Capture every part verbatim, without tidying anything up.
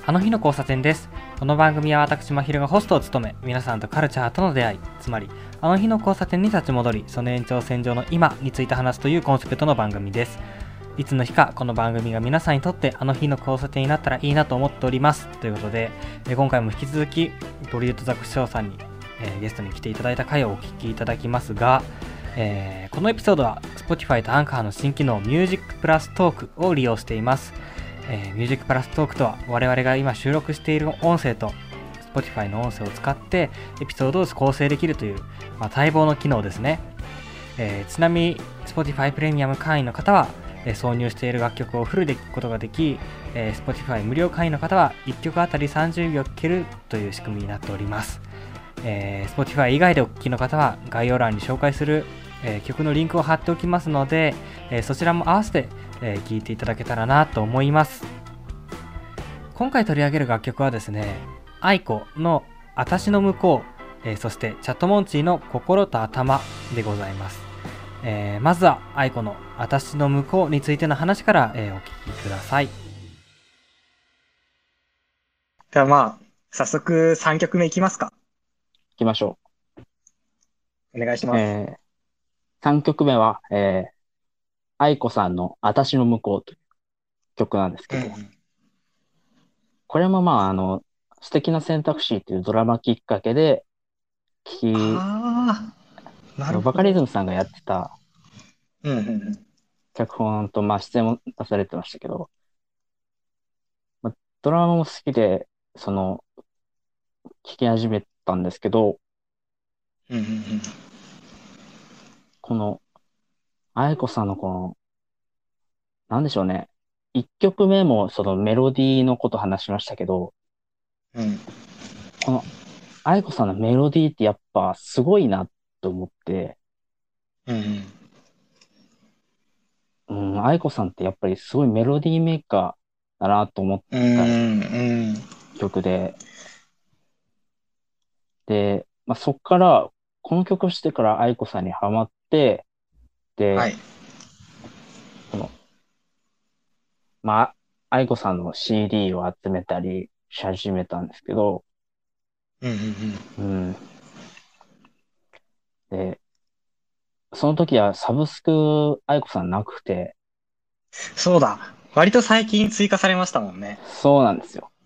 あの日の交差点です。この番組は私まひるがホストを務め、皆さんとカルチャーとの出会い、つまりあの日の交差点に立ち戻り、その延長線上の今について話すというコンセプトの番組です。いつの日かこの番組が皆さんにとってあの日の交差点になったらいいなと思っております。ということで、え今回も引き続きボリュードザクショーさんに、えー、ゲストに来ていただいた回をお聞きいただきますが、えー、このエピソードは Spotify と Anchor の新機能 Music プラストークを利用しています。えー、Music プラストークとは我々が今収録している音声と Spotify の音声を使ってエピソードを構成できるという、まあ、待望の機能ですね。えー、ちなみに Spotify プレミアム会員の方は、えー、挿入している楽曲をフルで聴くことができ、えー、Spotify 無料会員の方はいっきょくあたりさんじゅうびょう聴けるという仕組みになっております。えー、Spotify 以外でお聴きの方は概要欄に紹介する、えー、曲のリンクを貼っておきますので、えー、そちらも合わせて、えー、聴いていただけたらなと思います。今回取り上げる楽曲はですね、aikoのあたしの向こう、えー、そしてチャットモンチーの心と頭でございます。えー、まずはaikoのあたしの向こうについての話から、えー、お聞きください。 ではまあ、早速さんきょくめいきますか。 行きましょお願いしう。 ます。 えー、さんきょくめは、えー、愛子さんのあたしの向こうという曲なんですけど、 うんうん、 これもまあ、あの、素敵な選択肢っていうドラマきっかけで、聞き、 ああ、なあの、 るほど。 バカリズムさんがやってたうんうんうん。 脚本と、まあ、出演も出されてましたけど、まあ、ドラマも好きで、その、聞き始めたんですけど、 うんうんうん。 この、愛子さんのこの、なんでしょうね。一曲目もそのメロディーのこと話しましたけど、 うん。 この愛子さんのメロディーってやっぱすごいなと思って、 うんうん。 うん、愛子さんってやっぱりすごいメロディーメーカーだなと思っうたんうん。 曲で、で、まあ、そっから、この曲をしてから愛子さんにハマって、で、 はい。 この、まあ、愛子さんの シーディー を集めたりし始めたんですけど、 うんうんうん。 うん。で、その時はサブスク愛子さんなくて、 そうだ。割と最近追加されましたもんね。 そうなんですよ。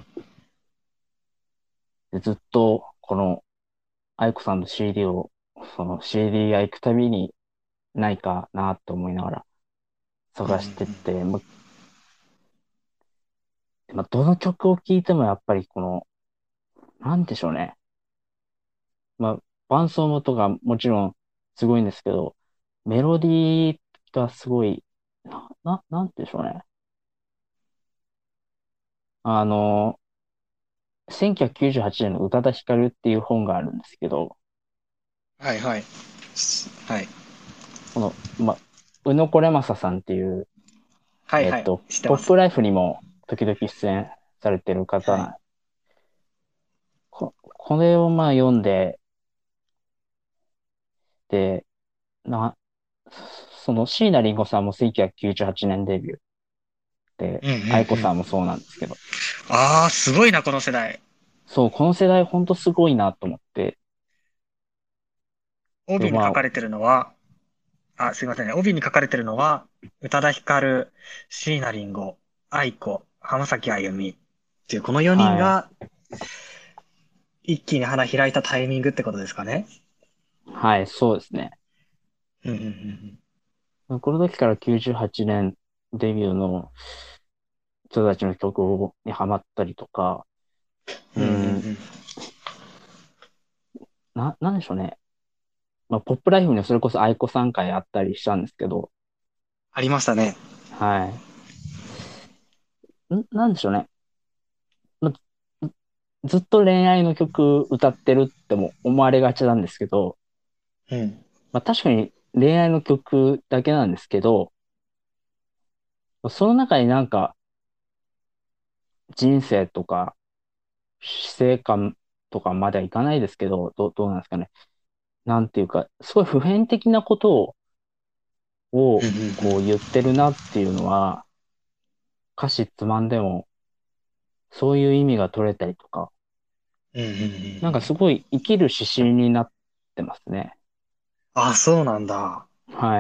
で、ずっと、この愛子さんの シーディー を、その シーディー が行くたびにないかなと思いながらうんうん探してって、ま、まあ、どの曲を聴いてもやっぱりこの、なんでしょうね。まあ、伴奏元がもちろんすごいんですけど、メロディーがすごい、な、な、なんでしょうね。あの、せんきゅうひゃくきゅうじゅうはちねんの宇多田ヒカルっていう本があるんですけど、 うん。はいはい。はい。 この、ま、宇野これまささんっていう、 はいはい。 えっと、 知ってます。 ポップライフにも時々出演されてる方はい。 なんこ、これをまあ読んで、で、な、その椎名林檎さんもせんきゅうひゃくきゅうじゅうはちねんデビューで、 うんうんうん。 愛子さんもそうなんですけど、 ああ、すごいな、この世代。 そう、この世代ほんとすごいなと思って、で、まあ、 帯に書かれてるのは、あ、すいませんね。帯に書かれてるのは、宇多田ヒカル、椎名林檎、愛子、浜崎あゆみっていうこのよにんはい、 が一気に花開いたタイミングってことですかね。 はい、そうですね。 うんうんうんこの時からきゅうじゅうはちねんデビューの人たちの曲にハマったりとか、ううん。うんうんうん、 ん。 な、なんでしょうね。まあ、ポップライフにはそれこそ愛子さん会あったりしたんですけど、 ありましたね。 はい。ん、なんでしょうね。まあ、ずっと恋愛の曲歌ってるっても思われがちなんですけど、 うん。 まあ確かに恋愛の曲だけなんですけど、その中になんか人生とか死生観とかまではいかないですけど、どう、どうなんですかね。なんていうか、すごい普遍的なことを、をうんうんこう言ってるなっていうのは、歌詞つまんでもそういう意味が取れたりとか、 うんうんうんうなんかん。 すごい生きる指針になってますね。 あ、そうなんだ。 はい。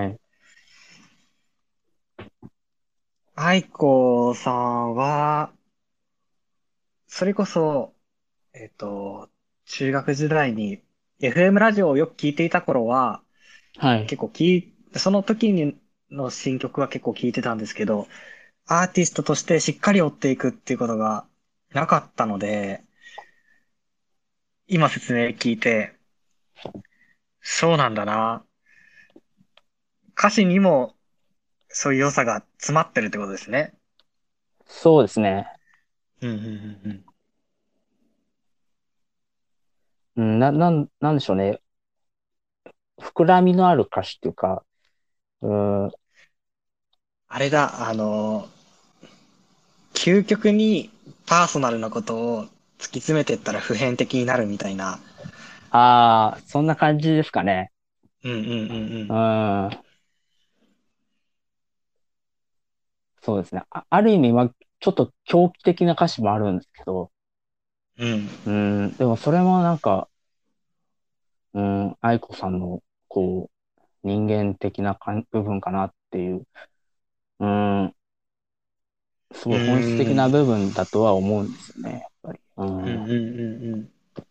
愛子さんは、それこそ、えっと、中学時代に エフエム ラジオをよく聞いていた頃は、 はい。 結構聞い、その時にの新曲は結構聞いてたんですけど、アーティストとしてしっかり追っていくっていうことがなかったので、今説明聞いて、そうなんだな。歌詞にもそういう良さが詰まってるってことですね。 そうですね。 うんうんうんうん。 うん、な、なん、なんでしょうね。膨らみのある歌詞っていうか、うん、 あれだ、あの、究極にパーソナルなことを突き詰めていったら普遍的になるみたいな。 ああ、そんな感じですかね。 うんうんうんううん。 ん、そうですね。あ、ある意味、まあ、ちょっと狂気的な歌詞もあるんですけど、 うん。 うん、でもそれもなんか、うん、愛子さんの、こう、人間的なかん部分かなっていう、うん、すうごい本質的なーん。 部分だとは思うんですよね、やっぱり。うん、 うんうんうんうん。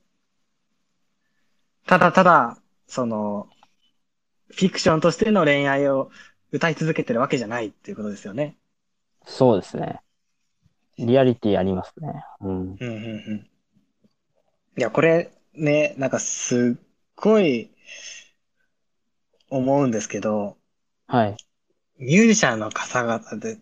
ただただ、その、フィクションとしての恋愛を歌い続けてるわけじゃないっていうことですよね。 そうですね。リアリティありますね。うん。 うんうんうん。いや、これね、なんかすっごい思うんですけど、 はい。 ミュージシャンの方々でって、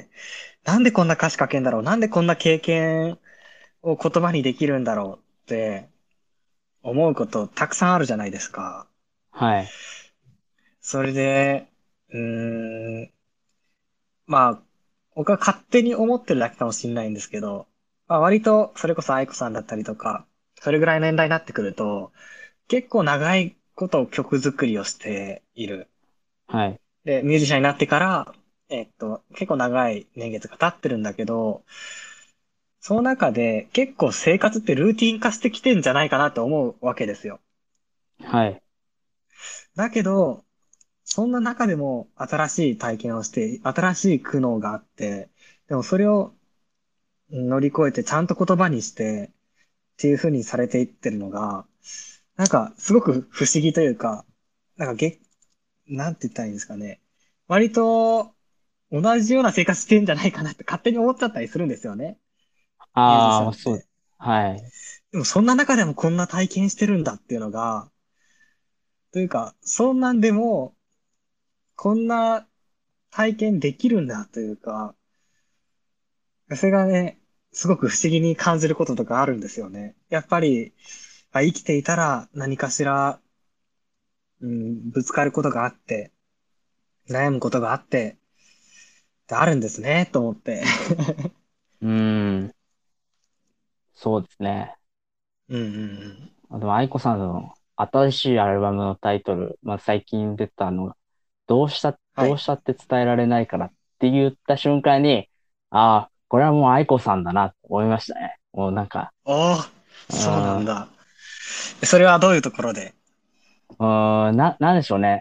なんでこんな歌詞書けんだろう、なんでこんな経験を言葉にできるんだろうって思うことたくさんあるじゃないですか。 はい。 それで、うーん、まあ、僕は勝手に思ってるだけかもしれないんですけど、まあ割とそれこそ愛子さんだったりとか、それぐらいの年代になってくると、結構長いこと曲作りをしている。 はい。 で、ミュージシャンになってから、えっと、結構長い年月が経ってるんだけど、その中で結構生活ってルーティン化してきてんじゃないかなと思うわけですよ。 はい。 だけど、そんな中でも新しい体験をして、新しい苦悩があって、でもそれを乗り越えてちゃんと言葉にしてっていう風にされていってるのが、なんかすごく不思議というか、なんかげ、なんて言ったらいいんですかね。割と同じような生活してんじゃないかなって勝手に思っちゃったりするんですよね。ミュージシああ、そう。 ャンって。 はい。 でもそんな中でもこんな体験してるんだっていうのが、というか、そんなんでもこんな体験できるんだというか、それがね、すごく不思議に感じることとかあるんですよね。やっぱり、あ生きていたら何かしら、うん、ぶつかることがあって、悩むことがあって、であるんですね、と思って。 うーん。そうですね。 うんうんあでも、愛子さんの新しいアルバムのタイトル、まあ、最近出たのが、どうした、 はい。 どうしたって伝えられないからって言った瞬間に、ああ、これはもう愛子さんだなと思いましたね。もうなんか、 おー、 うそうなんーん、 だ。それはどういうところで？ うーん、な、なんでしょうね。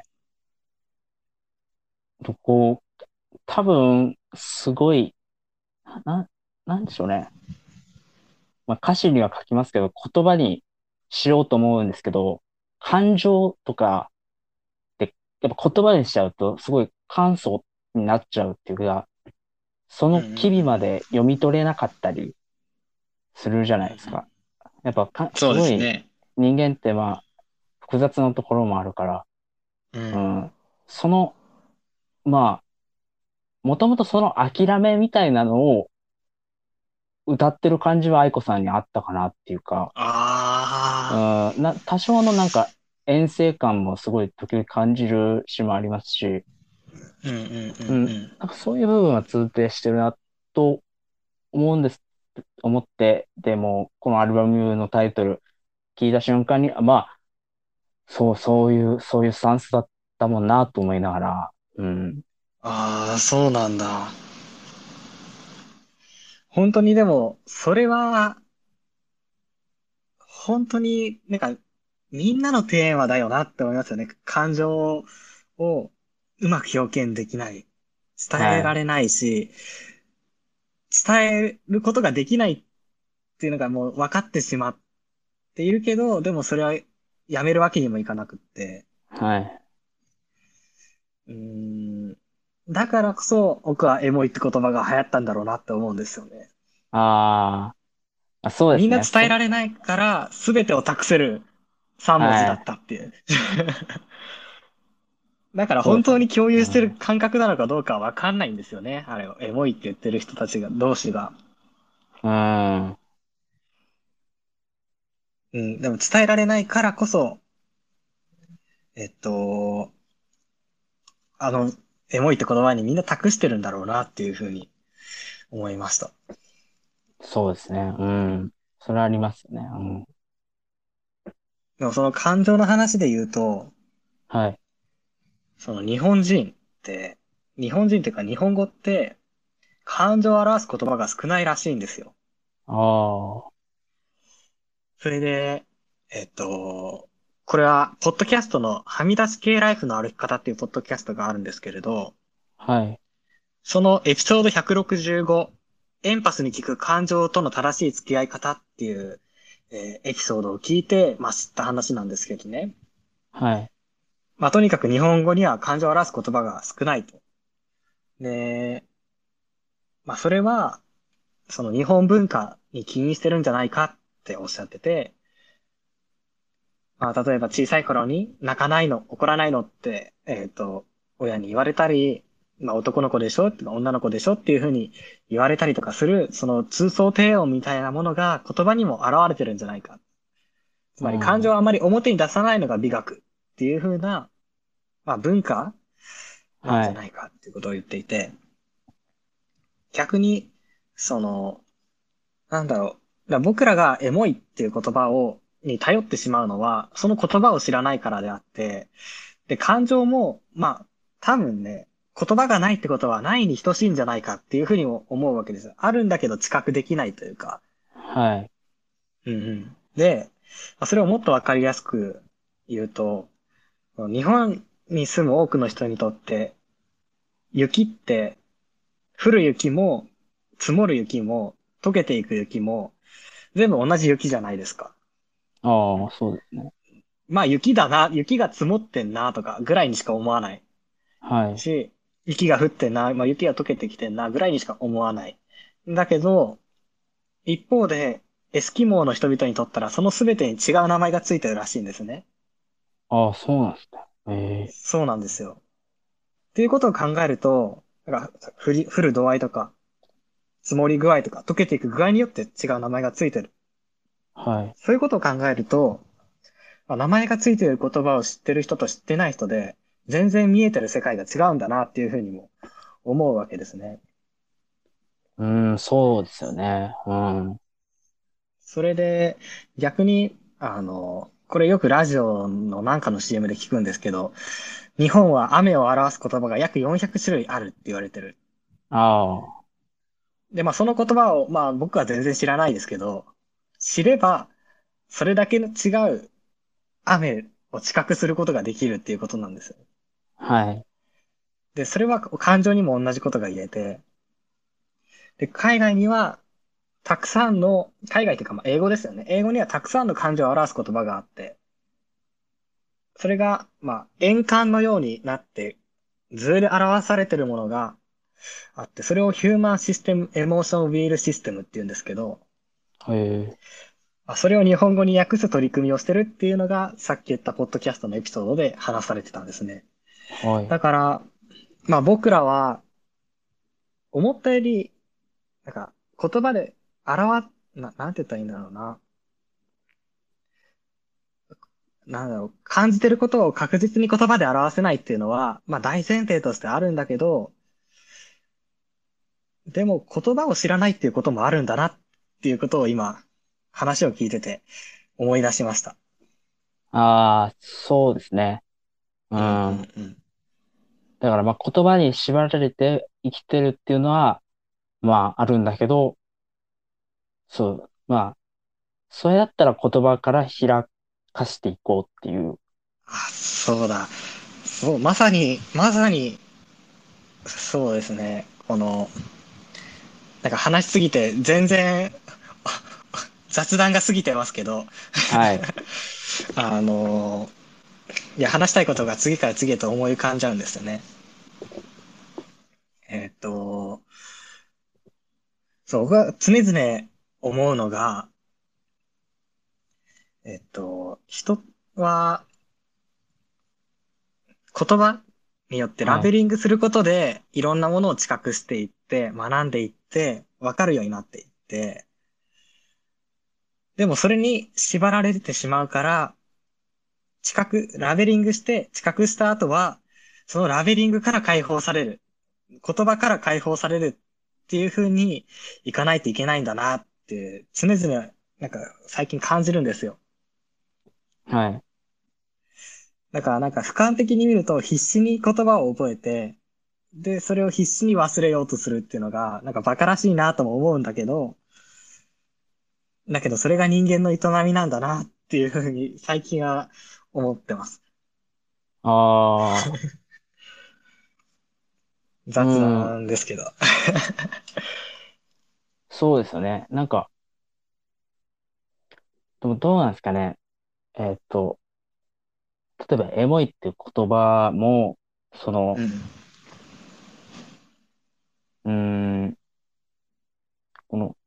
とこう、多分、すごい、な、なんでしょうね。まあ、歌詞には書きますけど、言葉にしようと思うんですけど、感情とかってやっぱ言葉にしちゃうとすごい簡素になっちゃうっていうか、そうんうんうんの機微まうん。 で読み取れなかったりするじゃうんうん。 ないですか。やっぱか、 そうですごいすね。 人間ってまあ複雑なところもあるから、 うん。 うん、その、まあ、もともとその諦めみたいなのを歌ってる感じは愛子さんにあったかなっていうか、うああ。 ん、な、多少のなんか遠征感もすごい時々感じる詩もありますし、 うんうんうんうん、 うん。 なんかそういう部分は通底してるなと思うんです、思って、でも、このアルバムのタイトル聞いた瞬間に、あまあ、そう、そういう、そういうスタンスだったもんなと思いながら、うん、 ああ、そうなんだ。 本当にでも、それは、本当になんか、みんなのテーマだよなって思いますよね。感情をうまく表現できない。伝はい。 えられないし、伝えることができないっていうのがもう分かってしまっているけど、でもそれはやめるわけにもいかなくって。 はい。 うーん。だからこそ、僕はエモいって言葉が流行ったんだろうなって思うんですよね。 あーあ、そうですね。 みんな伝えそ、 られないから、すべてを託せるさん文字だっはい。 たっていう。だからそうですね。 本当に共有してるうん。 感覚なのかどうかはわかんないんですよね。あれを、エモいって言ってる人たちが、同士が。 うん。 うん、でも伝えられないからこそ、えっと、あの、エモいって言葉にみんな託してるんだろうなっていうふうに思いました。 そうですね。うん。それありますよね。うん。 でもその感情の話で言うと、 はい。 その日本人って、日本人っていうか日本語って感情を表す言葉が少ないらしいんですよ。 あそれで、えっと、これは、ポッドキャストのはみ出し系ライフの歩き方っていうポッドキャストがあるんですけれど、 あ、はい。 そのエピソードひゃくろくじゅうご、エンパスに聞く感情との正しい付き合い方っていう、えーエピソードを聞いて、まあ、知った話なんですけどね。 はい。 まあ、とにかく日本語には感情を表す言葉が少ないと。で、まあ、それは、その日本文化に起因してるんじゃないかっておっしゃってて、まあ、例えば小さい頃に泣かないの、怒らないのって、えっと、親に言われたり、まあ、男の子でしょって女の子でしょっていうふうに言われたりとかする、その通奏低音みたいなものが言葉にも現れてるんじゃないか。つまり感うん。 情をあまり表に出さないのが美学っていうふうな、まあ、文化なんはい。 じゃないかっていうことを言っていて、逆に、その、なんだろう。だから僕らがエモいっていう言葉を、に頼ってしまうのは、その言葉を知らないからであって、で、感情も、まあ、多分ね、言葉がないってことはないに等しいんじゃないかっていうふうにも思うわけですよ。あるんだけど知覚できないというか。 はい。 うんうん。で、まあそれをもっとわかりやすく言うと、日本に住む多くの人にとって、雪って降る雪も積もる雪も溶けていく雪も全部同じ雪じゃないですか。 ああ、そうですね。 まあ雪だな、雪が積もってんなとかぐらいにしか思わないはい。 し、雪が降ってんな、まあ雪が溶けてきてんなぐらいにしか思わない。だけど、一方で、エスキモーの人々にとったらその全てに違う名前がついてるらしいんですね。 ああ、そうなんですね。ええ、 そうなんですよ。っていうことを考えると、だから降り、降る度合いとか、積もり具合とか、溶けていく具合によって違う名前がついてる。 はい。 そういうことを考えると、まあ名前がついている言葉を知ってる人と知ってない人で、全然見えてる世界が違うんだなっていうふうにも思うわけですね。 うん、そうですよね。うん。 それで、逆に、あの、これよくラジオのなんかの シーエム で聞くんですけど、日本は雨を表す言葉が約よんひゃく種類あるって言われてる。 あで、まあその言葉を、まあ僕は全然知らないですけど、知れば、それだけの違う雨を知覚することができるっていうことなんですよ。 あ、はい。 で、それは感情にも同じことが言えて、で、海外にはたくさんの、海外というかまあ英語ですよね。英語にはたくさんの感情を表す言葉があって、それが、まあ、円環のようになって、図で表されているものがあって、それをヒューマンシステム、エモーションウィールシステムって言うんですけど、 ええ、 まあそれを日本語に訳す取り組みをしてるっていうのが、さっき言ったポッドキャストのエピソードで話されてたんですね。 はい。 だから、まあ僕らは、思ったより、なんか、言葉で表、な、なんて言ったらいいんだろうな。なんだろう、感じてることを確実に言葉で表せないっていうのは、まあ大前提としてあるんだけど、でも言葉を知らないっていうこともあるんだなっていうことを今、話を聞いてて思い出しました。 ああ、そうですね。ううんうん。 んうん。 だからまあ言葉に縛られて生きてるっていうのは、まああるんだけど、 そう、まあ、それだったら言葉から開かしていこうっていう。 あ、そうだ。そう、まさに、まさに、そうですね。この、なんか話しすぎて、全然、雑談が過ぎてますけど、 はい。 あの、いや、話したいことが次から次へと思い浮かんじゃうんですよね。えっと、そう、僕は常々思うのが、えっと、人は言葉によってラはい。 ベリングすることで、いろんなものを知覚していって、学んでいって、わかるようになっていって、でもそれに縛られてしまうから、知覚、ラベリングして知覚した後は、そのラベリングから解放される。言葉から解放されるっていう風にいかないといけないんだなって常々なんか最近感じるんですよ。 はい。 だからなんか俯瞰的に見ると必死に言葉を覚えて、で、それを必死に忘れようとするっていうのが、なんか馬鹿らしいなとも思うんだけど、だけどそれが人間の営みなんだなっていう風に最近は思ってます。 ああ、う雑ん、 談ですけど。 そうですよね。なんか、でもどうなんですかね。えーっと、例えば、エモいっていう言葉も、その、 うん。 うーん、この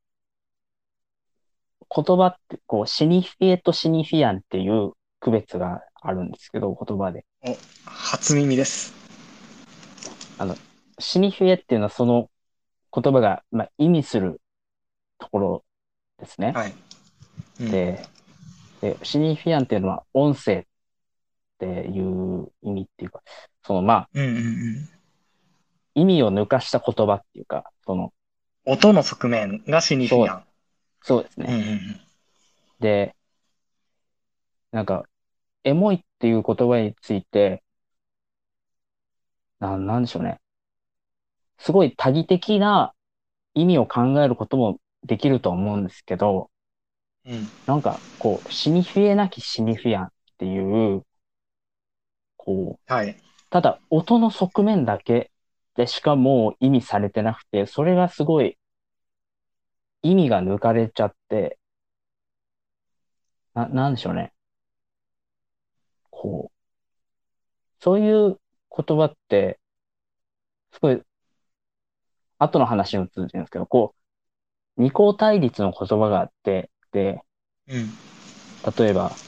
言葉って、こう、シニフィエとシニフィアンっていう区別があるんですけど、言葉で。 お、初耳です。 あの、シニフィエっていうのはその言葉が、まあ、意味するところですね。 はい。うん。 で、で、シニフィアンっていうのは音声っていう意味っていうか、そのまあ、 うんうんうん。 意味を抜かした言葉っていうか、その、 音の側面がシニフそう、 ィアン。 そうですね。 うんうんうん。 で、なんか、エモいっていう言葉について、な、なんでしょうね。すごい多義的な意味を考えることもできると思うんですけど、 うん。 なんか、こう、シニフィエなきシニフィアンっていう、こう、 はい。 ただ音の側面だけでしかもう意味されてなくて、それがすごい意味が抜かれちゃって、な、なんでしょうね。こう、そういう言葉って、すごい、後の話にも通じるんですけど、こう、二項対立の言葉があって、で、 うん。 例えば、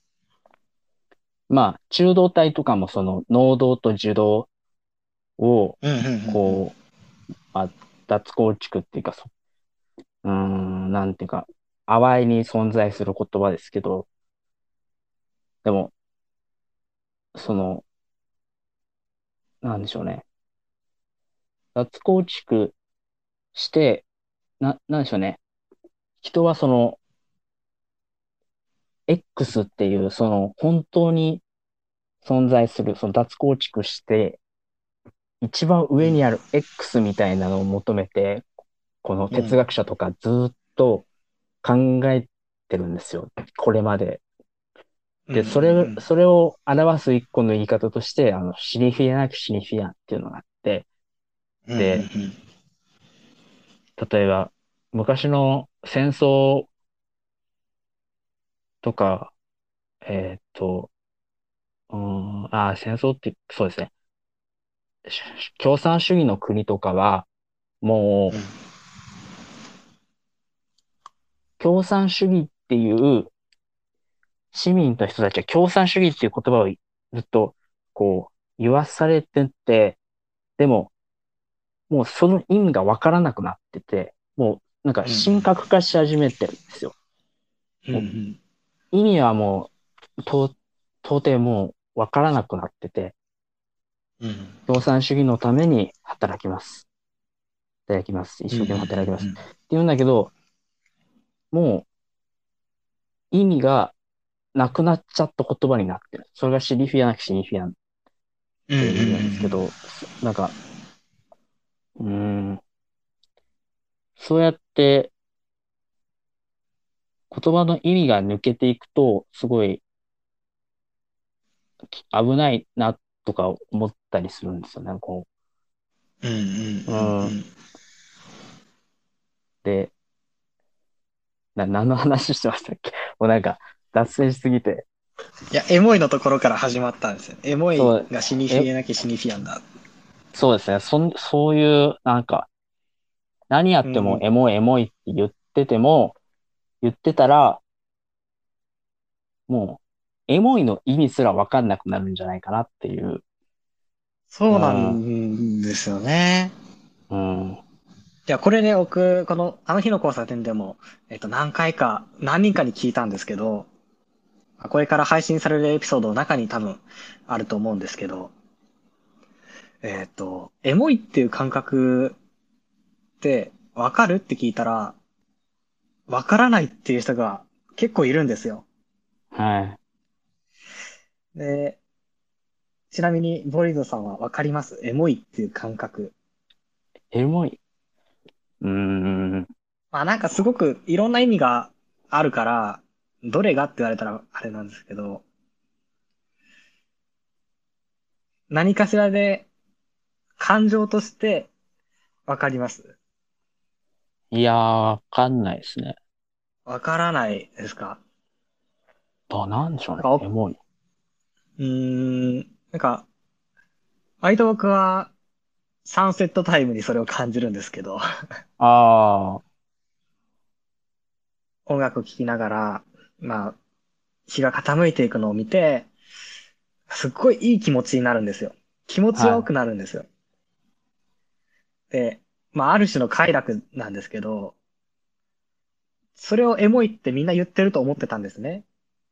まあ、中道体とかもその、能動と受動を、 うんうんうんうん。 こう、まあ、脱構築っていうか、そうーん、なんていうか、淡いに存在する言葉ですけど、でも、その、なんでしょうね。脱構築して、な、なんでしょうね。人はその、X っていう、その、本当に存在する、その脱構築して、一番うん。 上にある X みたいなのを求めて、この哲うん。 学者とかずっと考えてるんですよ。これまで。 うんうで、それ、 んそれを表す一個の言い方として、あの、シニフィアなくシニフィアンっていうのがあって、 うん。うんうんで、例えば、昔の戦争とか、えーっと、うーん、あー、戦争って、そうですね。し共産主義の国とかは、もう、 うん。 共産主義っていう市民と人たちは共産主義っていう言葉をずっと、こう、言わされてて、でも、もうその意味がわからなくなってて、もう、なんかうん。 神格化し始めてるんですよ。もううんうん。 意味はもう、と、到底もうわからなくなってて、 うん。 共産主義のために働きます。いただきます。一うんうん生懸命働きます。 うんって言うんだけど、もう意味がなくなっちゃった言葉になってる。それがシニフィアなきシニフィアンっうんうんうんうん。 て言うんですけど、なんか、うーん、そうやって言葉の意味が抜けていくと、すごいき危ないなとか思ったりするんですよね。こうんうんうんう。 ううん。 ん。 で、な、何の話してましたっけ？もうなんか、脱線しすぎて。 いや、エモいのところから始まったんですよ。エモいそう、 がシニフえ、 ィエなきシニフィアンだ。 そうですね。そん、そういう、なんか、何やってもうんうん。 エモいエモいって言ってても、言ってたら、もう、エモいの意味すらわかんなくなるんじゃないかなっていう。 そうなうん、 んですよね。 うん、 いや、これね、僕、この、あの日の交差点でも、えっと、何回か、何人かに聞いたんですけど、これから配信されるエピソードの中に多分あると思うんですけど、えっと、エモいっていう感覚ってわかるって聞いたら、わからないっていう人が結構いるんですよ。 はで、ちなみに、ボリゾさんはわかりますエモいっていう感覚？ い。エモい。うーん、 まあなんかすごくいろんな意味があるから、どれがって言われたらあれなんですけど、何かしらで感情としてわかります？ いやー、わかんないですね。 わからないですか？ あ、なんでしょうね。 なんかお、 エモい。 うーん、なんか、割と僕はサンセットタイムにそれを感じるんですけど、 あ音楽を聴きながら、まあ、日が傾いていくのを見て、すっごいいい気持ちになるんですよ。気持あ、はい、 ちよくなるんですよ。で、まあ、ある種の快楽なんですけど、それをエモいってみんな言ってると思ってたんですね。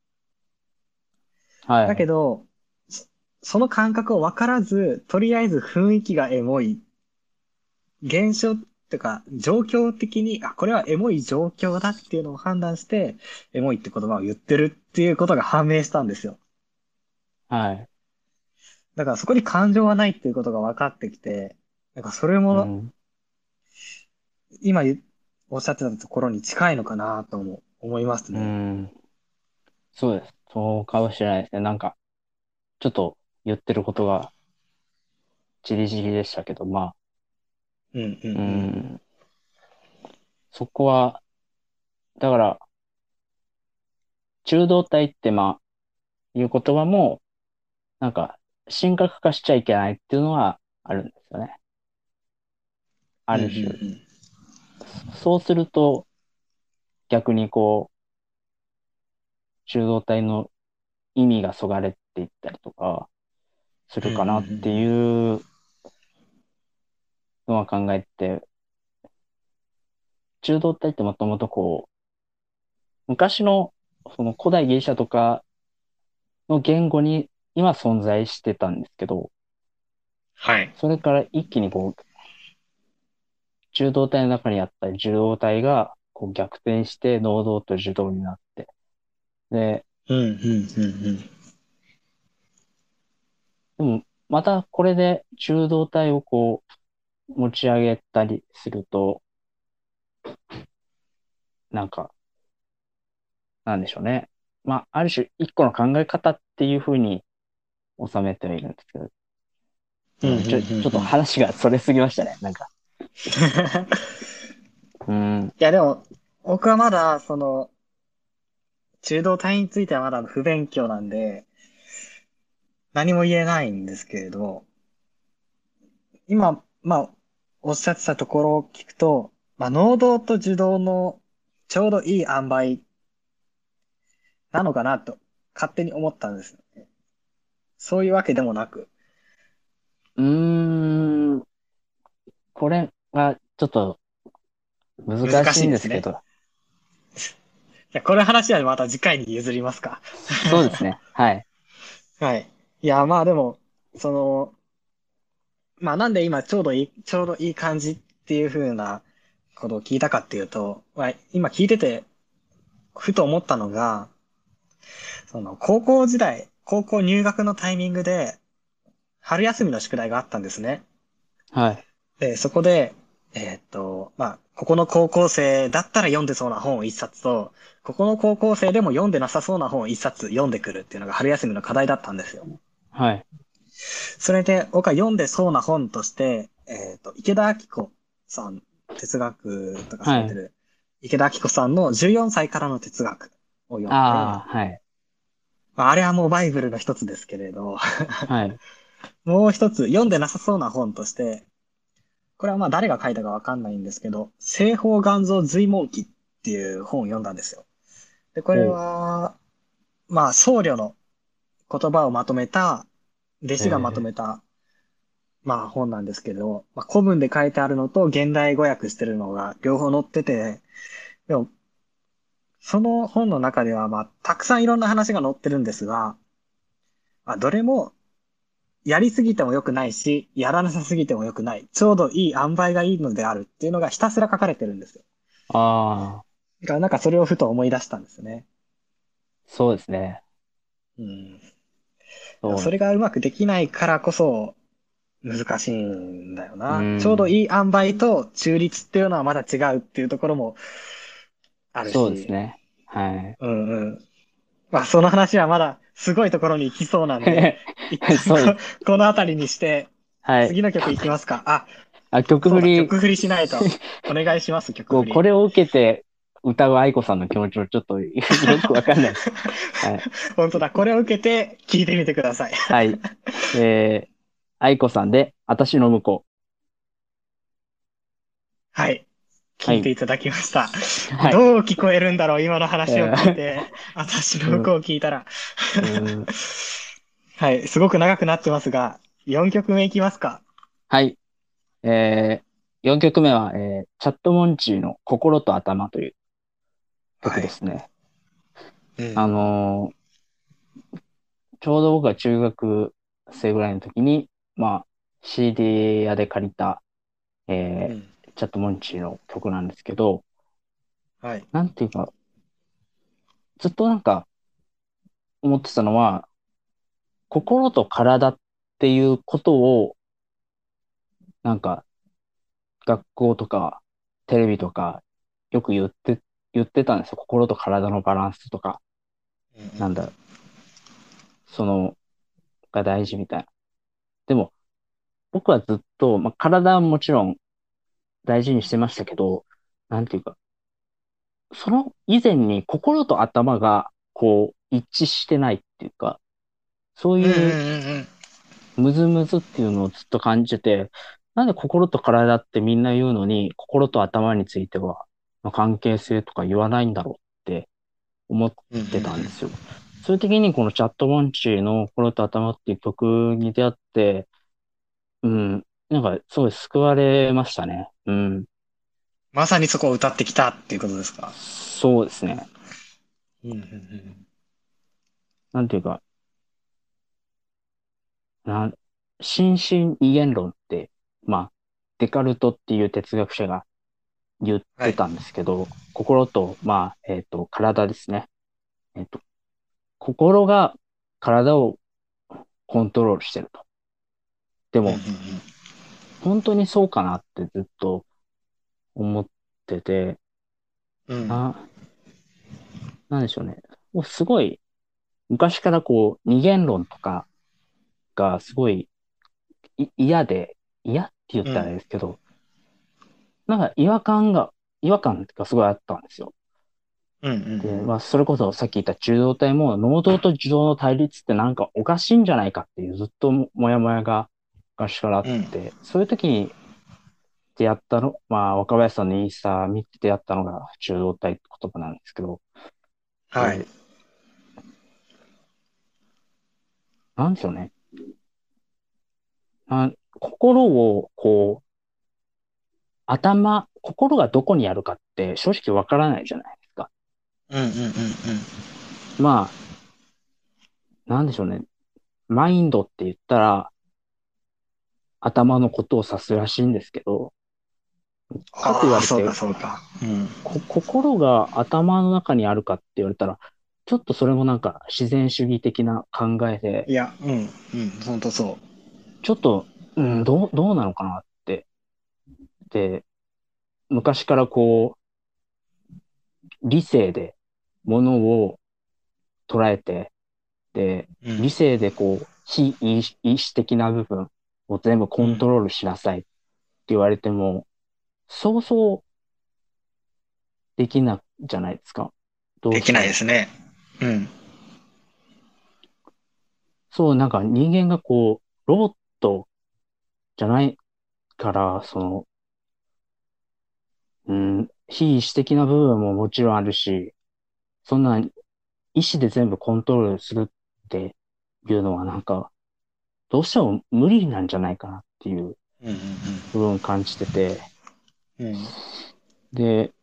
だけはい。 ど、そその感覚を分からず、とりあえず雰囲気がエモい。現象っていうか、状況的に、あ、これはエモい状況だっていうのを判断して、エモいって言葉を言ってるっていうことが判明したんですよ。 はい。 だからそこに感情はないっていうことが分かってきて、なんかそれもうん。 今言おっしゃってたところに近いのかなとも思いますうね。 ん。そうです。そうかもしれないですね。なんか、ちょっと言ってることがじりじりでしたけど、まうんうんうあ、うん。 ん。そこは、だから、中道体ってまあ、いう言葉も、なんか、神格化しちゃいけないっていうのはあるんですよね。あうんうんうる種。 ん。 そうすると、逆にこう、中道体の意味がそがれていったりとか、すうんうんうんうるかなってん。 いうのは考えて、中道体ってもともとこう、昔のその古代ギリシャとかの言語に今存在してたんですけど、 はい。 それから一気にこう、中道体の中にあった受動体がこう逆転して能動と受動になって、で、 うんうんうんうん。 でもまたこれで中道体をこう持ち上げたりすると、なんか、なんでしょうね。まあ、ある種一個の考え方っていうふうに収めてはいるんですけど、 うんうんうんうん、ちょ、ちょっとうん。 話がそれすぎましたね。なんか。うん、 いやでも、僕はまだ、その、中道体についてはまだ不勉強なんで、何も言えないんですけれど、今、まあ、おっしゃってたところを聞くと、まあ、能動と受動のちょうどいい塩梅なのかなと、勝手に思ったんですよね。そういうわけでもなく。 うーん、これはちょっと難難しいんしいですね。 ですけど、 いや、この話はまた次回に譲りますか？ そうですね。はい。 はい。いや、まあでも、その、まあなんで今ちょうどいい、ちょうどいい感じっていう風なことを聞いたかっていうと、まあ今聞いてて、ふと思ったのが、その高校時代、高校入学のタイミングで、春休みの宿題があったんですね。 はい。 で、そこで、 えーっと、まあ、ここの高校生だったら読んでそうな本を一冊と、ここの高校生でも読んでなさそうな本を一冊読んでくるっていうのが春休みの課題だったんですよ。 はい。 それで僕は読んでそうな本として、えーっと、池田明子さん、哲学とかさはい。 れてる、池田明子さんのじゅうよんさいからの哲学を読んで、 ああ、はい。 まあ、あれはもうバイブルの一つですけれど、 はい。 もう一つ読んでなさそうな本として、これはまあ誰が書いたかわかんないんですけど、西方元三随文記っていう本を読んだんですよ。で、これおう。 は、まあ僧侶の言葉をまとめた、弟子がまとえめた、まあ本なんですけど、まあ、古文で書いてあるのと現代語訳してるのが両方載ってて、でも、その本の中ではまあ、たくさんいろんな話が載ってるんですが、まあ、どれもやりすぎても良くないし、やらなさすぎても良くない。ちょうどいい塩梅がいいのであるっていうのがひたすら書かれてるんですよ。 ー、ああ、 だからなんかそれをふと思い出したんですね。 そうですね。 うん。 そう。 それがうまくできないからこそ難しいんだような。ちょうどん。 いい塩梅と中立っていうのはまだ違うっていうところもあるそうですし。 ね。はい。 うんうん。まあその話はまだすごいところに行きそうなんで、一旦こ、 そうです。 この辺りにして、 はい。 次の曲いきますか。あ、 あ、曲そうだ、 振り、 曲振りしないと。お願いします、曲こう、 振り。 これを受けて歌う愛子さんの気持ちをちょっとよくわかんないです。はい。 本当だ、これを受けて聞いてみてください。 はい。えー、愛子さんで、私の向こはい。 う。はい。 聞いていただきました。 はい。 どう聞こえるんだろう、今のえ話を聞いー、 て、私のうん、 向こうを聞いたら。 うん。 はい、すごく長くなってますが、よんきょくめいきますか。 はい。えー、よんきょくめは、えー、チャットモンチーの心と頭という曲はい。 ですね。あうん。 のーちょうど僕が中学生ぐらいの時に、まあ、シーディー 屋で借りた、えうん。 ー、チャットモンチーの曲なんですけど、 はい。 なんていうか、ずっとなんか思ってたのは、心と体っていうことを、なんか学校とかテレビとかよく言って、言ってたんですよ。心と体のバランスとか、 うんうんなんだ、その、が大事みたいな。でも、僕はずっと、まあ、体はもちろん大事にしてましたけど、なんていうか、その以前に心と頭が、こう、一致してないっていうか、そううん。うんいううんうんうん。 ムズムズっていうのをずっと感じてて、なんで心と体ってみんな言うのに、心と頭については、まあ、関係性とか言わないんだろうって思っうんうんてたんですよ。そういう時にこのチャットモンチーの心と頭っていう曲に出会って、うん、なんかすごい救われましたね。うん。 まさにそこを歌ってきたっていうことですか。 そうですね。 うんうんうん。 なんていうか、なん、心身二元論って、まあ、デカルトっていう哲学者が言っはい。 てたんですけど、心と、まあ、えっと、体ですね。えっと、心が体をコントロールしてると。でうんうんも、本当にそうかなってずっと思ってて、 うん。うん。 な、なんでしょうね。もうすごい、昔からこう、二元論とかがすごいい嫌で、嫌って言ったらあれうん。 ですけど、なんか違和感が、違和感がすごいあったんですよ。 うんうんうで、 ん。 まあ、それこそさっき言った中道体も、能動と受動の対立ってなんかおかしいんじゃないかっていうずっとももやもやが昔からあっうん。 て、そういう時に出会ったの、まあ、若林さんのインスタ見て出会ったのが中道体って言葉なんですけど、 はい。 こう、なんでしょうね。な心を、こう、頭、心がどこにあるかって正直わからないじゃないですか。 うんうんうんうん。 まあ、なんでしょうね。マインドって言ったら頭のことを指すらしいんですけど、かと言ああ、そうかわれて、 そうか。うん。 こ、心が頭の中にあるかって言われたら、ちょっとそれもなんか自然主義的な考えで、 いや、うん、うん、ほんとそちょっと、うん、どう、どうなのかなって。で、 昔からこう、理性で物を捉えて、で、 うん。 理性でこう、非意思意思的な部分を全部コントうん。 ロールしなさいって言われても、そうそうできないじゃないですか。どうできないしても。 ですね。うん。 そう、なんか人間がこう、ロボットじゃないから、その、うん、非意思的な部分ももちろんあるし、そんな意思で全部コントロールするっていうのはなんか、どうしても無理なんじゃないかなっていううんうん部分を感じてて、 うん。うん。 で、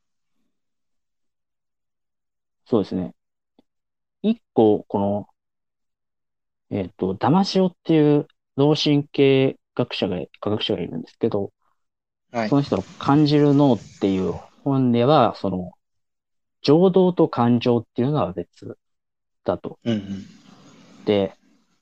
そうですね。一個、この、えっと、ダマシオっていう脳神経学者が、科学者がいるんですけど、 はい。 その人の感じる脳っていう本では、その、情動と感情っていうのは別だと。 うんうん。 で、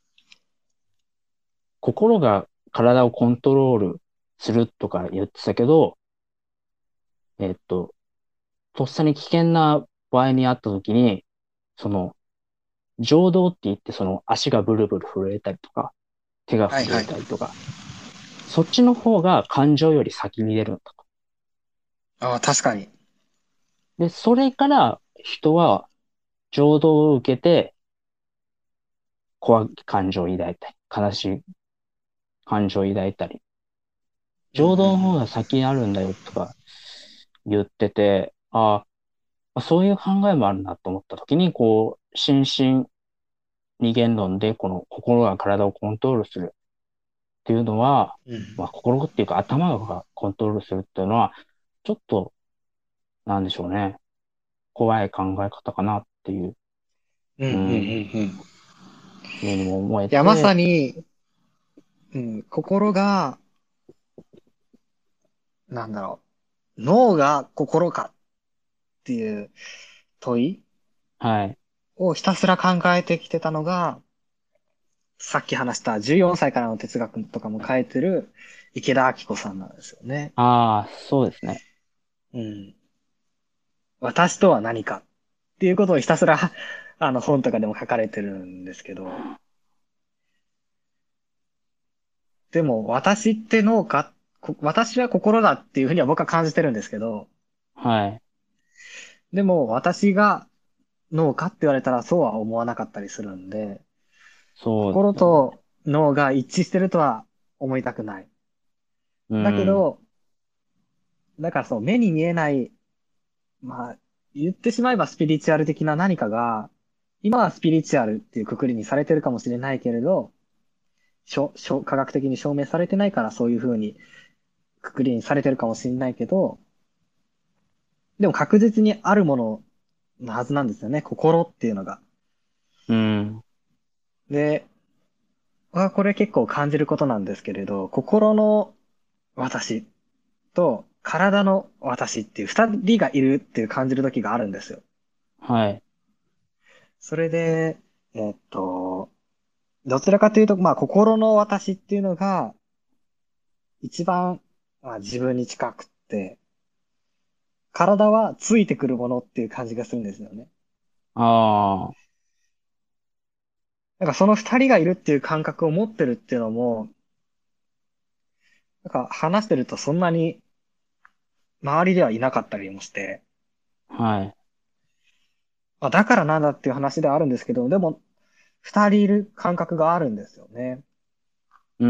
心が体をコントロールするとか言ってたけど、えっと、とっさに危険な場合にあった時に、その、情動って言ってその足がブルブル震えたりとか、手が震えはいはい。 たりとか、そっちの方が感情より先に出るんだと。 ああ、確かに。 で、それから人は情動を受けて怖い感情を抱いたり、悲しい感情を抱いたり、 うんうんう情動の方ん。 が先にあるんだよとか言ってて、ああ、そういう考えもあるなと思った時に、こう、心身二元論でこの心が体をコントロールするっていうのは、 うん。 まあ心っていうか頭がコントロールするっていうのは、ちょっと、なんでしょうね。怖い考え方かなっていう、 うんうんうんうん、 うん。いふうにも思えや、まさて、 に、うん、心が、なんだろう、脳が心かっていう問いはい。 をひたすら考えてきてたのが、さっき話したじゅうよんさいからの哲学とかも書いてる池田明子さんなんですよね。 ああ、そうですね。 うん。私とは何かっていうことをひたすら、あの本とかでも書かれてるんですけど、でも私って脳か、こ私は心だっていうふうには僕は感じてるんですけど、 はい。 でも私が脳かって言われたらそうは思わなかったりするんで、 そうですよね。 心と脳が一致してるとは思いたくない。 うん。 だけど、だからそう目に見えない、まあ言ってしまえばスピリチュアル的な何かが、今はスピリチュアルっていう括りにされてるかもしれないけれど、しょ、しょ、科学的に証明されてないからそういうふうに括りにされてるかもしれないけど、でも確実にあるもののはずなんですよね。心っていうのが。 うん。 で、僕はこれ結構感じることなんですけれど、心の私と体の私っていう二人がいるっていう感じる時があるんですよ。 はい。 それで、えっと、どちらかというと、まあ心の私っていうのが一番、まあ、自分に近くって、体はついてくるものっていう感じがするんですよね。 ああ、 なんかその二人がいるっていう感覚を持ってるっていうのも、なんか話してるとそんなに周りではいなかったりもして、 はい。 あ、だからなんだっていう話ではあるんですけど、でも二人いる感覚があるんですよね。 うん。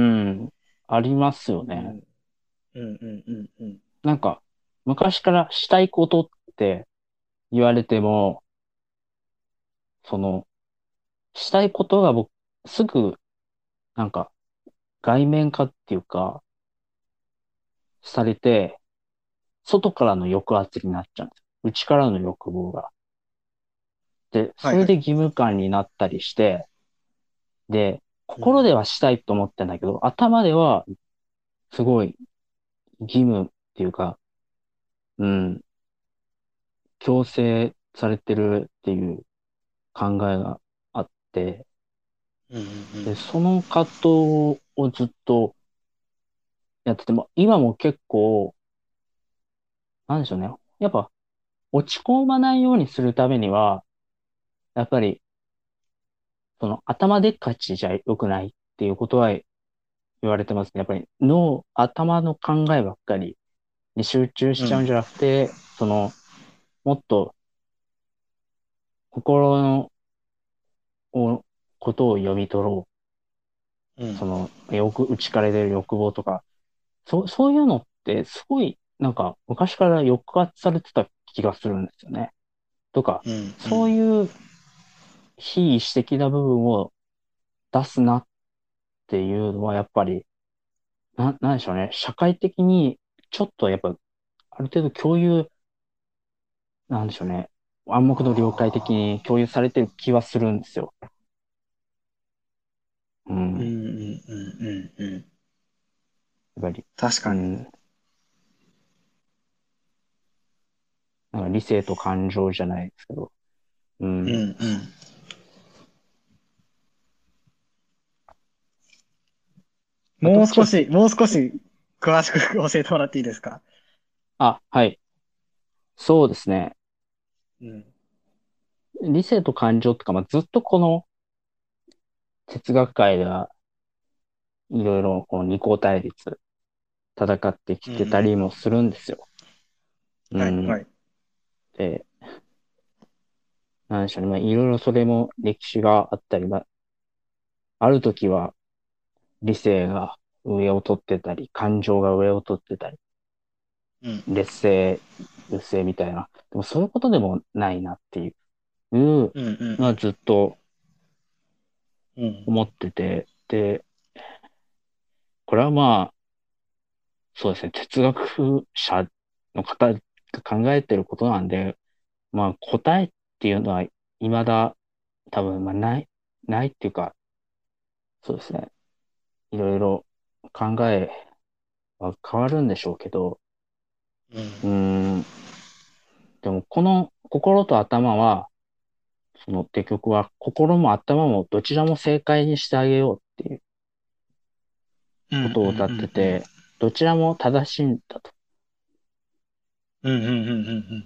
ありますよね。 うん。うんうんうんうん。 なんか、昔からしたいことって言われても、その、したいことが僕、すぐ、なんか、外面化っていうか、されて、外からの抑圧になっちゃうんですよ。内からの欲望が。で、それではいはい。 義務感になったりして、で、 うん。 心ではしたいと思ってんだけど、頭ではすごい義務っていうか、うん、強制されてるっていう考えがあって、 うんうんうん。 で、その葛藤をずっとやってても、今も結構、 なんでしょうね。やっぱ、落ち込まないようにするためには、やっぱり、その頭でっかちじゃ良くないっていうことは言われてますね。やっぱり脳、頭の考えばっかりに集中しうん。 ちゃうんじゃなくて、その、もっと心のおことを読み取ろう。 うん。 その、欲、内から出る欲望とか、そう、そういうのってすごい、なんか昔から抑圧されてた気がするんですよね。とか、 うん。うん。 そういう非意識的な部分を出すなっていうのはやっぱり、な、なんでしょうね。社会的にちょっとやっぱ、ある程度共有、なんでしょうね。暗黙の了解的に共有されてる気はするんですよ。うん。 うん。うやっん。うん。うん。うん。 ぱり、 確かに。 うん。なんか理性と感情じゃないですけど、ううん。うん。 ん。 まあ、どっちかって、 もう少し、もう少し詳しく教えてもらっていいですか？ あ、はい。そうですね。 うん。 理性と感情とか、まあ、ずっとこの哲学界ではいろいろこの二項対立戦ってきうん。うてたりもん。 するんですよ。うはい。はん。 い。 で、なんでしょうね。まあ、いろいろそれも歴史があったり、まあ、ある時は理性が上を取ってたり、感情が上を取ってたり、 うん。 劣勢、優勢みたいな。でもそういうことでもないなっていううん。うん。 のはずっとうん。うん。 思ってて、で、これはまあ、そうですね、哲学者の方が考えてることなんで、まあ答えっていうのは未だ多分まあない、ないっていうか、そうですね、いろいろ考えは変わるんでしょうけど、 うん。 うーん、でもこの心と頭は、その結局は心も頭もどちらも正解にしてあげようっていううん。うん。 ことを歌っうん。 てて、どちらも正しいんだとうん。うん。うん。うん。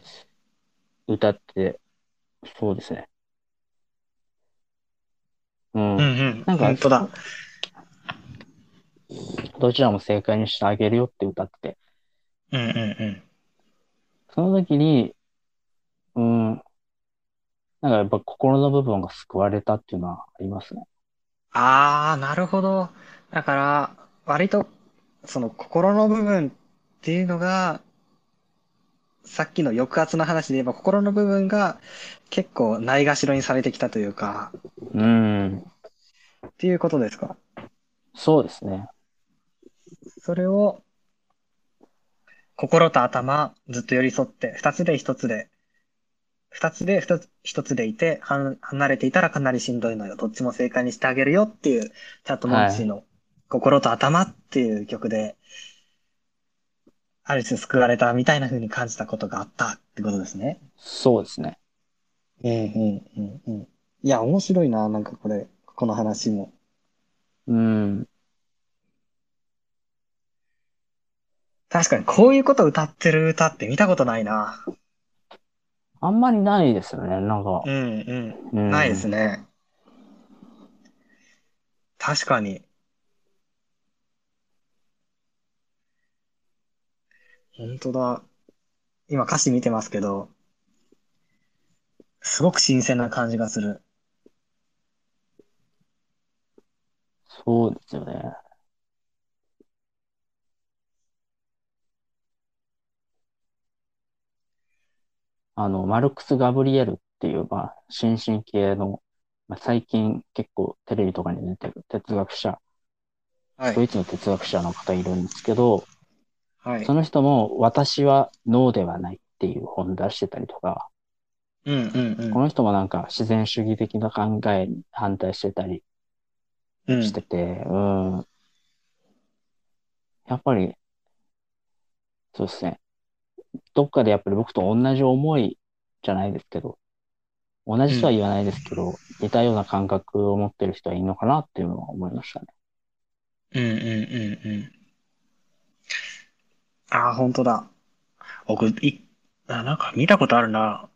歌って、そうですね。ううん。 ん。 うん。 なんか、 本当だ。 どちらも正解にしてあげるよって歌ってて、 うん。うん。うん。 その時に、うん、なんかやっぱ心の部分が救われたっていうのはありますね。 ああ、なるほど。だから、割と、その心の部分っていうのが、さっきの抑圧の話で言えば、心の部分が結構ないがしろにされてきたというか、 うん、 っていうことですか？ そうですね。 それを、心と頭、ずっと寄り添って、二つで一つで、二つで一つ、一つでいて、は離れていたらかなりしんどいのよ。どっちも正解にしてあげるよっていう、チャットモンはい。 チーの心と頭っていう曲で、ある種救われたみたいな風に感じたことがあったってことですね。 そうですね。 うんうんうんうん。いや、面白いな、なんかこれ、この話も。 うん。 確かにこういうこと歌ってる歌って見たことないな。 あんまりないですよね。なんか、 うんうん。ないでうん。 すね。確かに。本当だ。今歌詞見てますけど、すごく新鮮な感じがする。 そうですよね。あの、マルクス・ガブリエルっていう、まあ、新進系の、まあ、最近結構テレビとかに出てる哲学者、 はい。 ドイツの哲学者の方いるんですけど、 はい。 その人も私は脳ではないっていう本出してたりとか、 うんうんこの人もなんか自然主義的な考えに反対してたりうん。うん。 してて、うん、やっぱりそうですね。どっかでやっぱり僕と同じ思いじゃないですけど、同じとはうん言わないですけど、似たような感覚を持ってる人はいいのかなっていうのは思いましたね。 うんうんうん。ああ、本当だ。 僕、い、あ、なんか見たことあるな。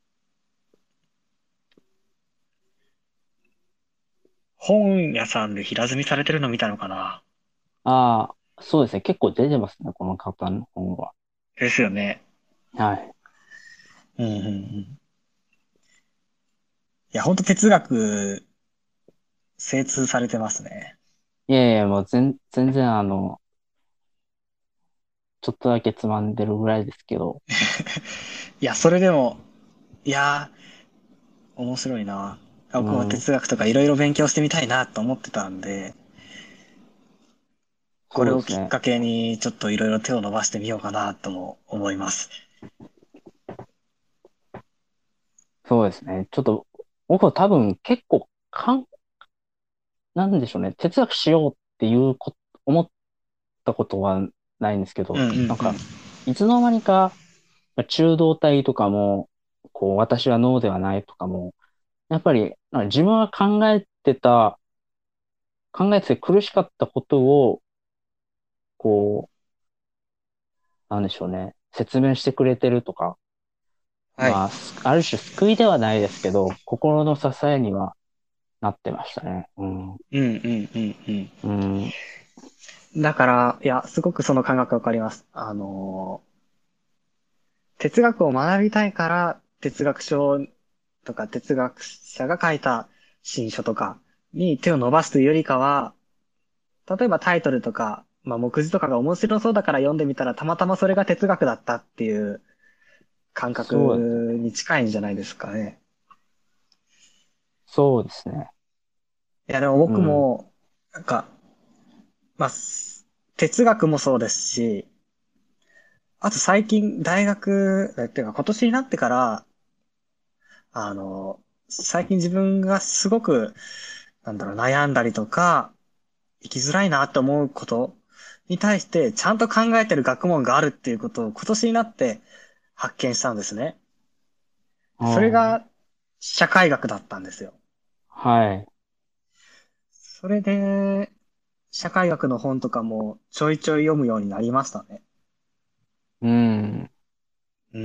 本屋さんで平積みされてるの見たのかな。 ああ、そうですね。結構出てますね、この方の本は。 ですよね。 はい。 うんうんうん。いや、ほんと哲学、精通されてますね。 いやいや、もう全、全然あの、ちょっとだけつまんでるぐらいですけど、 いや、それでも、いやー、面白いな。僕もうん、 哲学とかいろいろ勉強してみたいなと思ってたんで、これをそうですね。 きっかけにちょっといろいろ手を伸ばしてみようかなとも思います。 そうですね。ちょっと、僕は多分結構、かん、なんでしょうね。哲学しようっていうこ、思ったことはないんですけど、 うんうんうん。 なんか、いつの間にか、まあ中道体とかも、こう、私は脳ではないとかも、やっぱり、なんか自分が考えてた、考えてて苦しかったことを、こう、なんでしょうね。説明してくれてるとか、 はい。 まあ、すある種救いではないですけど、心の支えにはなってましたね。うん。 うんうんうんうん。 うん。だから、いや、すごくその感覚わかります。あのー哲学を学びたいから、哲学書とか哲学者が書いた新書とかに手を伸ばすというよりかは、例えばタイトルとか、まあ、目次とかが面白そうだから読んでみたら、たまたまそれが哲学だったっていう感覚そうですね。 に近いんじゃないですかね。 そうですね。 いや、でもうん。 僕も、なんか、まあ、す哲学もそうですし、あと最近大学、えっていうか今年になってから、あの、最近自分がすごく、なんだろう、悩んだりとか、生きづらいなって思うことに対して、ちゃんと考えてる学問があるっていうことを今年になって発見したんですね。 あそれあ、 が社会学だったんですよ。 はい。 それで、社会学の本とかもちょいちょい読むようになりましたね。 うん。 うん。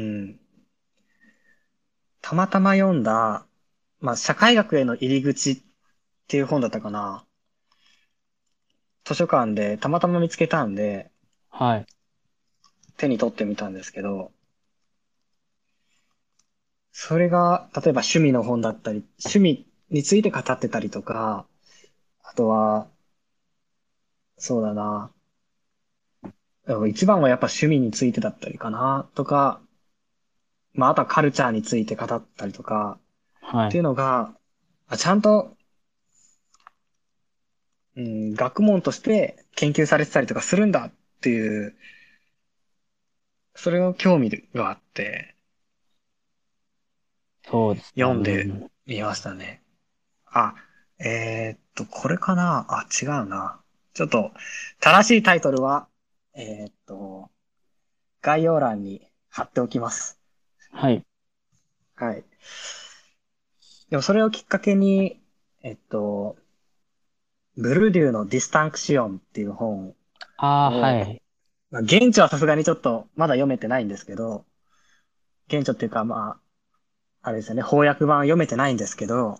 たまたま読んだ、まあ、社会学への入り口っていう本だったかな。図書館でたまたま見つけたんで、 はい。 手に取ってみたんですけど、それが、例えば趣味の本だったり、趣味について語ってたりとか、あとは、そうだな。でも一番はやっぱ趣味についてだったりかな、とか、まあ、あとはカルチャーについて語ったりとか、っていうはい。 のが、あちゃんと、うん、学問として研究されてたりとかするんだっていう、それの興味があって、 そうですね。う読んでん。 みましたね。あ、えーっと、これかなあ、違うな。ちょっと、正しいタイトルは、えーっと、概要欄に貼っておきます。 はい。 はい。でもそれをきっかけに、えっと、ブルデューのディスタンクシオンっていう本ああ、はを、 い。 まあ、現地はさすがにちょっとまだ読めてないんですけど、現地っていうかまあ、あれですよね、翻訳版読めてないんですけど、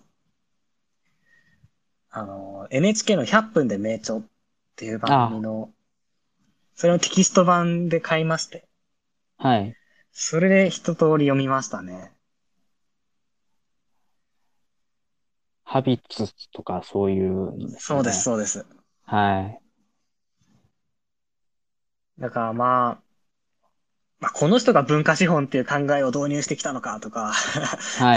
あの、エヌエイチケー のひゃっぷんで名著っていう番組あの、それのテキスト版で買いまして、 あ、はい。 それで一通り読みましたね。 ハビッツとかそういうのですそうです、 よね。 そうです。 はい。 だからまあ、まあ、この人が文化資本っていう考えを導入してきたのかとかはい。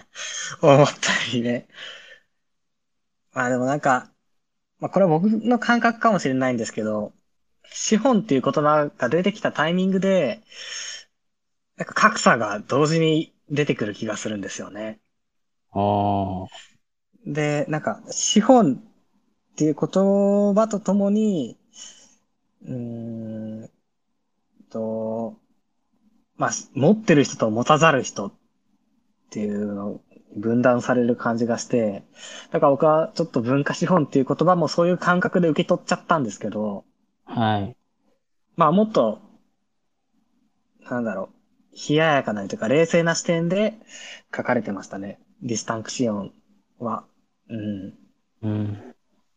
思ったりね。まあでもなんか、まあこれは僕の感覚かもしれないんですけど、資本っていう言葉が出てきたタイミングで、なんか格差が同時に出てくる気がするんですよね。 ああ、 で、なんか資本っていう言葉とともに、うーんと、まあ、持ってる人と持たざる人っていうの分断される感じがして、だから僕はちょっと文化資本っていう言葉もそういう感覚で受け取っちゃったんですけど、 はい。 まあもっと、 なんだろう、冷ややかなというか冷静な視点で書かれてましたね。ディスタンクシオンは。うん。 うん。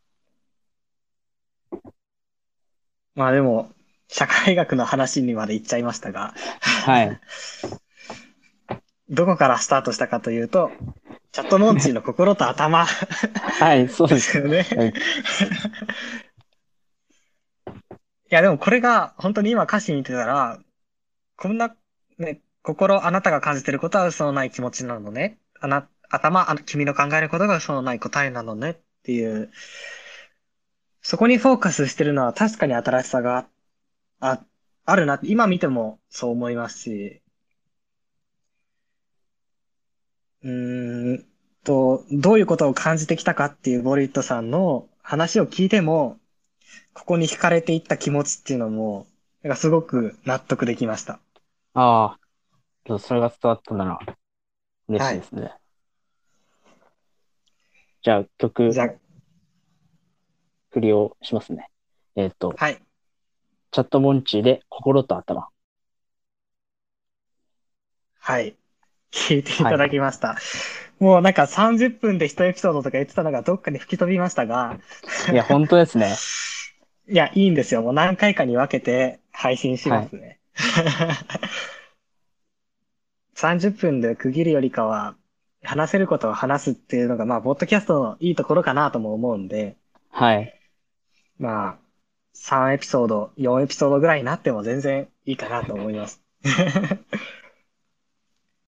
まあでも、社会学の話にまで行っちゃいましたが、 はい。 どこからスタートしたかというと、チャットモンチーの心と頭はい、そうでです。 すよね。 はい。 いやでもこれが本当に今歌詞見てたら、こんな、ね、心、あなたが感じてることは嘘のない気持ちなのね。あな、頭、あの、君の考えることが嘘のない答えなのねっていう、そこにフォーカスしてるのは確かに新しさがあ、あるなって、今見てもそう思いますし、うーんと、どういうことを感じてきたかっていうボリットさんの話を聞いても、ここに惹かれていった気持ちっていうのも、なんかすごく納得できました。 ああ、それが伝わったなら嬉しはい。 いですね。じゃあ曲じゃあ、 振りをしますね。えっと、 はい。 チャットモンチーで心と頭。 はい。聞いていはい。 ただきました。もうなんかさんじゅっぷんでいちエピソードとか言ってたのがどっかに吹き飛びましたが、 いや、本当ですね。 いや、いいんですよ。もう何回かに分けて配信しはい。 ますね。さんじゅっぷんで区切るよりかは、話せることを話すっていうのが、まあ、ポッドキャストのいいところかなとも思うんで、 はい。 まあ、さんエピソード、よんエピソードぐらいになっても全然いいかなと思います。